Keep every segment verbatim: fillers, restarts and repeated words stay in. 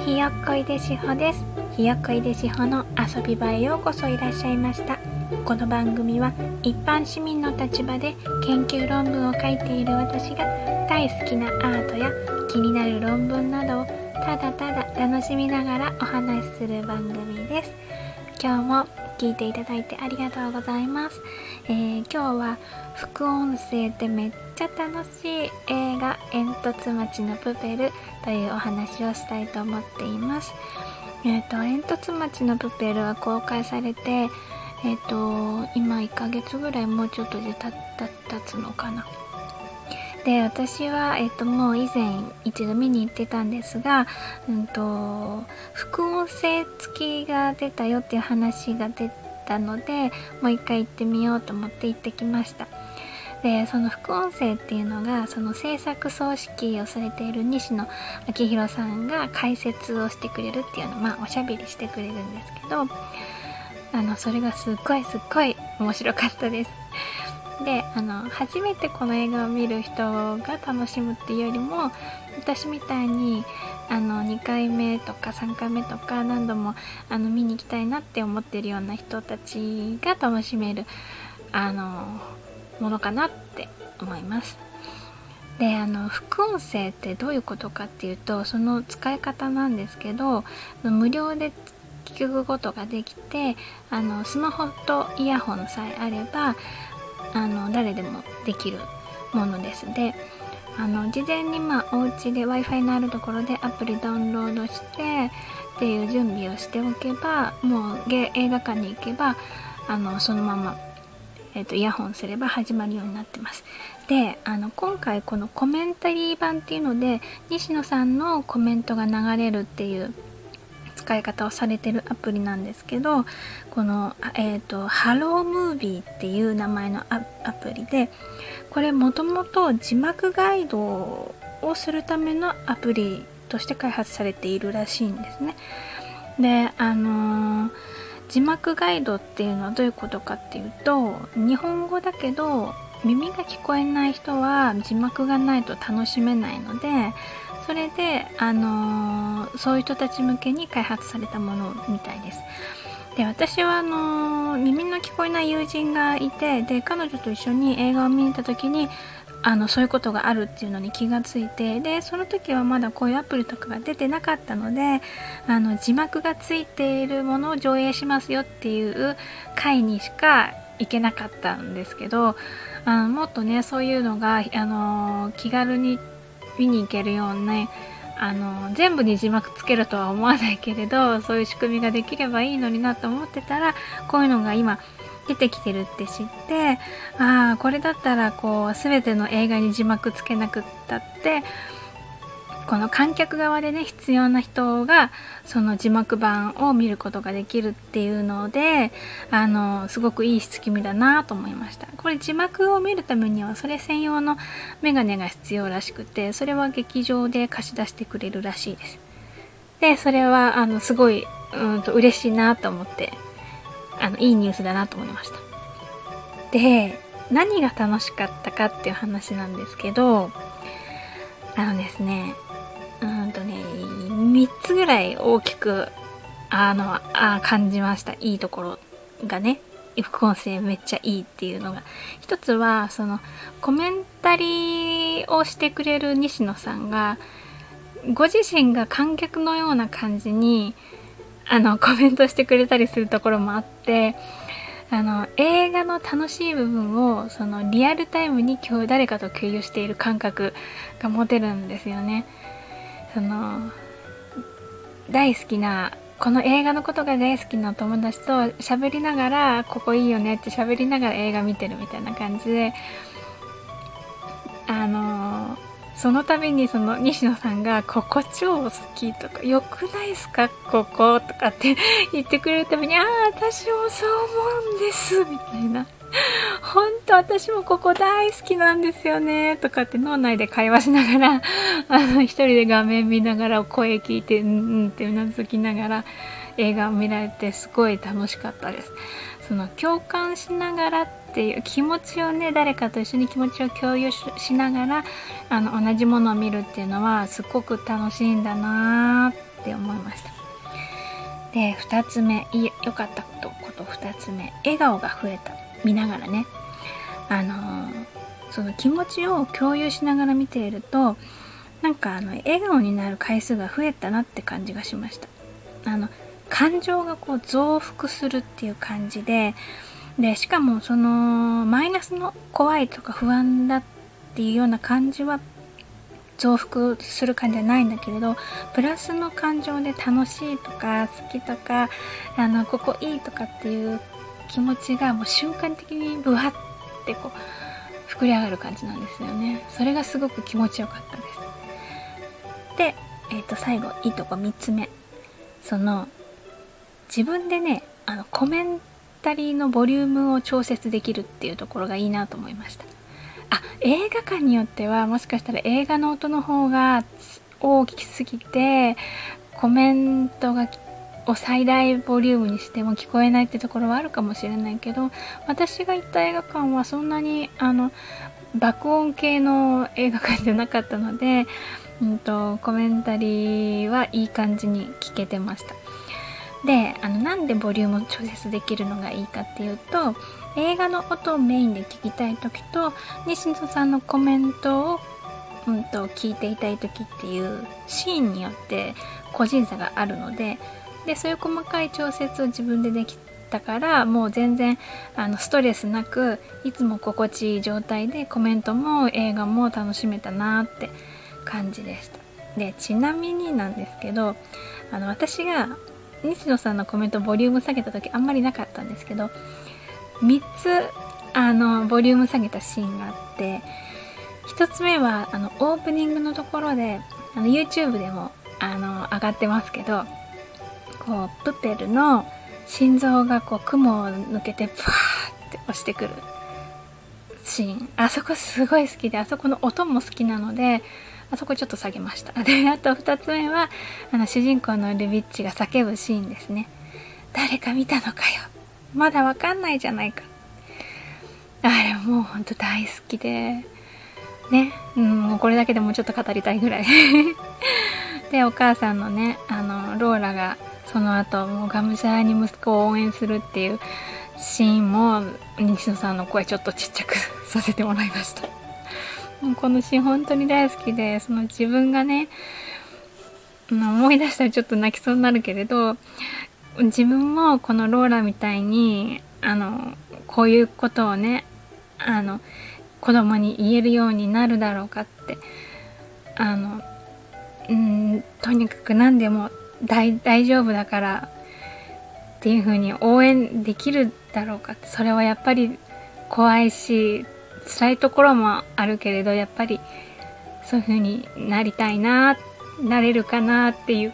ひよっこいでしほです。ひよっこいでしほの遊び場へようこそいらっしゃいました。この番組は一般市民の立場で研究論文を書いている私が大好きなアートや気になる論文などをただただ楽しみながらお話しする番組です。今日も聞いていただいてありがとうございます。えー、今日は副音声でめっちゃ楽しい映画煙突町のプペルというお話をしたいと思っています。えーと、煙突町のプペルは公開されて、えーと、今いっかげつぐらいもうちょっとでたた経つのかな。で、私は、えーと、もう以前一度見に行ってたんですが、うんと、副音声付きが出たよっていう話が出たので、もう一回行ってみようと思って行ってきました。で、その副音声っていうのがその制作総指揮をされている西野昭弘さんが解説をしてくれるっていうの、まあおしゃべりしてくれるんですけど、あのそれがすっごいすっごい面白かったです。で、あの初めてこの映画を見る人が楽しむっていうよりも、私みたいにあのにかいめとかさんかいめとか何度もあの見に行きたいなって思ってるような人たちが楽しめるあのものかなって思います。で、あの副音声ってどういうことかっていうと、その使い方なんですけど、無料で聞くことができて、あのスマホとイヤホンさえあればあの誰でもできるものです。で、あの事前にまあお家で Wi-Fi のあるところでアプリダウンロードしてっていう準備をしておけば、もう映画館に行けばあのそのままえーと、イヤホンすれば始まるようになってます。で、あの今回このコメンタリー版っていうので西野さんのコメントが流れるっていう使い方をされてるアプリなんですけど、この、えーと、ハロームービーっていう名前のアプリで、これもともと字幕ガイドをするためのアプリとして開発されているらしいんですね。で、あのー字幕ガイドっていうのはどういうことかっていうと、日本語だけど耳が聞こえない人は字幕がないと楽しめないので、それで、あのー、そういう人たち向けに開発されたものみたいです。で、私はあのー、耳の聞こえない友人がいて、で彼女と一緒に映画を見に行った時にあのそういうことがあるっていうのに気がついて、でその時はまだこういうアプリとかが出てなかったので、あの字幕がついているものを上映しますよっていう回にしか行けなかったんですけど、あのもっとねそういうのが、あの気軽に見に行けるようなね、あの全部に字幕つけるとは思わないけれど、そういう仕組みができればいいのになと思ってたら、こういうのが今出てきてるって知って、ああこれだったらこう全ての映画に字幕つけなくったって、この観客側でね必要な人がその字幕版を見ることができるっていうので、あのすごくいい仕組みだなと思いました。これ字幕を見るためにはそれ専用のメガネが必要らしくて、それは劇場で貸し出してくれるらしいです。で、それはあのすごいうんと嬉しいなと思って、あのいいニュースだなと思いました。で、何が楽しかったかっていう話なんですけど、あのですね、うんとね、みっつぐらい大きくあのあ感じました。いいところがね、副音声めっちゃいいっていうのが、一つはそのコメンタリーをしてくれる西野さんがご自身が観客のような感じにあのコメントしてくれたりするところもあって、あの映画の楽しい部分をそのリアルタイムに今日誰かと共有している感覚が持てるんですよね。その大好きなこの映画のことが大好きな友達と喋りながら、ここいいよねって喋りながら映画見てるみたいな感じで、あのその度にその西野さんがここ超好きとか、よくないですかこことかって言ってくれるために、ああ私もそう思うんですみたいな、本当私もここ大好きなんですよねとかって脳内で会話しながら、あの一人で画面見ながら声聞いてうんうんってうなずきながら映画を見られて、すごい楽しかったです。その共感しながらっていう気持ちをね、誰かと一緒に気持ちを共有 し, しながらあの同じものを見るっていうのはすごく楽しいんだなって思いまでふたつめ、い良かったことことふたつめ、笑顔が増えた。見ながらね、あのー、その気持ちを共有しながら見ていると、なんかあの笑顔になる回数が増えたなって感じがしました。あの感情がこう増幅するっていう感じで、でしかもそのマイナスの怖いとか不安だっていうような感じは増幅する感じはないんだけれど、プラスの感情で楽しいとか好きとか、あのここいいとかっていう気持ちがもう瞬間的にブワッてこう膨れ上がる感じなんですよね。それがすごく気持ちよかったです。で、えー、と最後いいとこみっつめ、その自分でね、あのコメンタリーのボリュームを調節できるっていうところがいいなと思いました。あ、映画館によってはもしかしたら映画の音の方が大きすぎてコメントがを最大ボリュームにしても聞こえないってところはあるかもしれないけど、私が行った映画館はそんなにあの爆音系の映画館じゃなかったので、うんと、コメンタリーはいい感じに聞けてました。で、あのなんでボリュームを調節できるのがいいかっていうと、映画の音をメインで聞きたい時と西野さんのコメントを、うんと、聞いていたい時っていうシーンによって個人差があるので、でそういう細かい調節を自分でできたから、もう全然あのストレスなくいつも心地いい状態でコメントも映画も楽しめたなって感じでした。でちなみになんですけど、あの私が西野さんのコメントボリューム下げた時あんまりなかったんですけど、みっつあのボリューム下げたシーンがあって、ひとつめはあのオープニングのところで、あの YouTube でもあの上がってますけど、こうプペルの心臓がこう雲を抜けてパーって押してくるシーン、あそこすごい好きで、あそこの音も好きなのであそこちょっと下げました。であとふたつめはあの主人公のルビッチが叫ぶシーンですね。誰か見たのかよ、まだわかんないじゃないか。あれもうほんと大好きでね、うん、もうこれだけでもうちょっと語りたいぐらいでお母さんのね、あのローラがその後もうがむしゃらに息子を応援するっていうシーンも西野さんの声ちょっとちっちゃくさせてもらいました。もうこのシーン本当に大好きで、その自分がね、思い出したらちょっと泣きそうになるけれど、自分もこのローラみたいにあのこういうことをね、あの子供に言えるようになるだろうかって、あのうんとにかく何でも大, 大丈夫だからっていう風に応援できるだろうかって、それはやっぱり怖いし辛いところもあるけれど、やっぱりそういう風になりたいな、なれるかなっていう、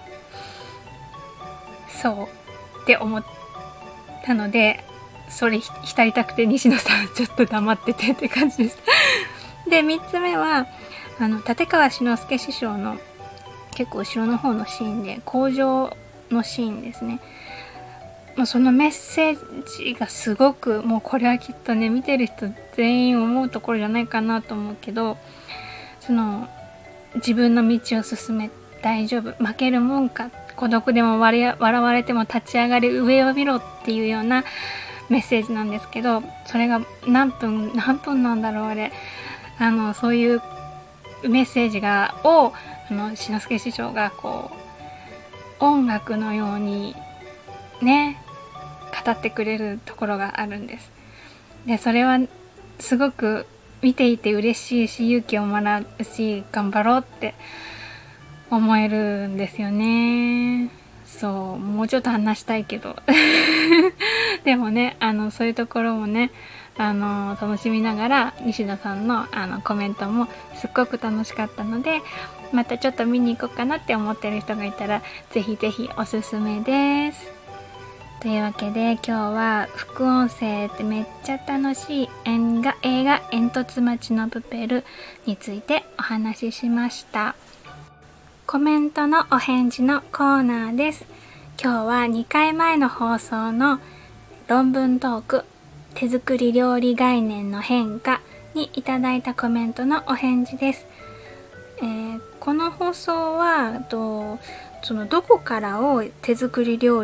そうって思ったので、それ浸りたくて西野さんちょっと黙っててって感じですでみっつめはあの立川志の輔師匠の結構後ろの方のシーンで、工場のシーンですね。もうそのメッセージがすごく、もうこれはきっとね見てる人全員思うところじゃないかなと思うけど、その自分の道を進め、大丈夫、負けるもんか、孤独でも笑われても立ち上がり、上を見ろっていうようなメッセージなんですけど、それが何分何分なんだろうあれ、あのそういうメッセージがをあの志の輔師匠がこう音楽のようにね語ってくれるところがあるんです。でそれはすごく見ていて嬉しいし、勇気をもらうし、頑張ろうって思えるんですよね。そう、もうちょっと話したいけどでもね、あのそういうところもね、あの楽しみながら西野さんのあのコメントもすっごく楽しかったので、またちょっと見に行こうかなって思ってる人がいたらぜひぜひおすすめです。というわけで今日は副音声ってめっちゃ楽しい映画映画煙突町のプペルについてお話ししました。コメントのお返事のコーナーです。今日はにかいまえの放送の論文トーク手作り料理概念の変化にいただいたコメントのお返事です。えー、この放送はとそのどこからを手作り料理っ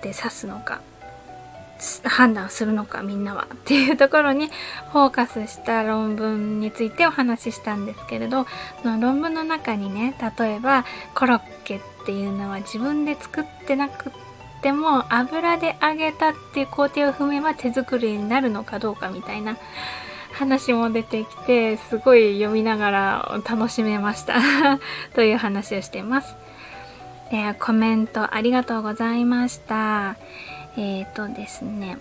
って指すのか判断するのかみんなはっていうところにフォーカスした論文についてお話ししたんですけれど、その論文の中にね、例えばコロッケっていうのは自分で作ってなくても油で揚げたっていう工程を踏めば手作りになるのかどうかみたいな話も出てきて、すごい読みながら楽しめましたという話をしています。で、コメントありがとうございました。えーとですね、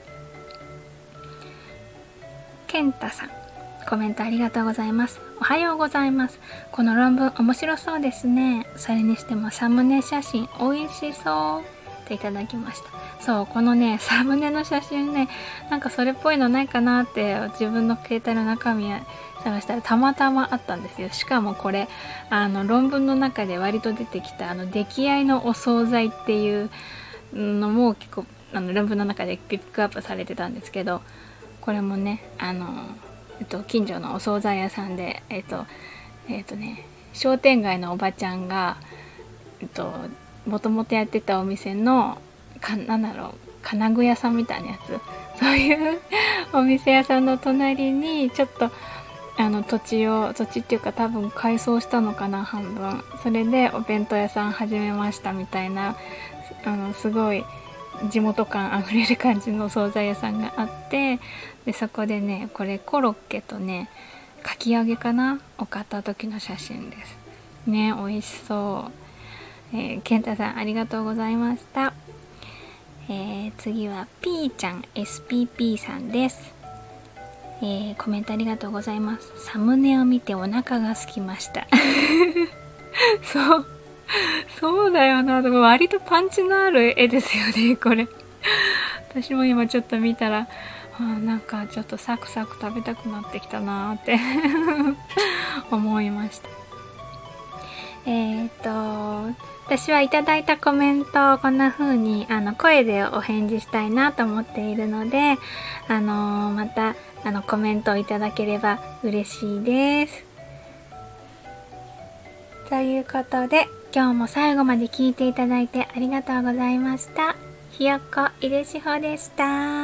ケンタさん、コメントありがとうございます。おはようございます。この論文面白そうですね。それにしてもサムネ写真美味しそうといただきました。そう、このね、サムネの写真ね、なんかそれっぽいのないかなって自分の携帯の中身探したらたまたまあったんですよ。しかもこれ、あの論文の中で割と出てきたあの出来合いのお惣菜っていうのも結構あの論文の中でピックアップされてたんですけど、これもね、あの、えっと、近所のお惣菜屋さんで、えっと、えっとね、商店街のおばちゃんが、えっと、もともとやってたお店の、か、なんだろう、金具屋さんみたいなやつ、そういうお店屋さんの隣に、ちょっと、あの、土地を、土地っていうか多分改装したのかな、半分。それでお弁当屋さん始めましたみたいな、あの、すごい、地元感あふれる感じの惣菜屋さんがあって、でそこでね、これコロッケとね、かき揚げかなを買った時の写真ですね。美味しそう。えー、ケンタさんありがとうございました。えー、次は P ちゃん エスピーピー さんです。えー、コメントありがとうございます。サムネを見てお腹が空きましたそうそうだよな。でも割とパンチのある絵ですよね、これ。私も今ちょっと見たら、あ、なんかちょっとサクサク食べたくなってきたなーって思いました。えっと、私はいただいたコメントをこんな風にあの声でお返事したいなと思っているので、あのー、またあのコメントをいただければ嬉しいです。ということで、今日も最後まで聞いていただいてありがとうございました。ひよっこいでしほでした。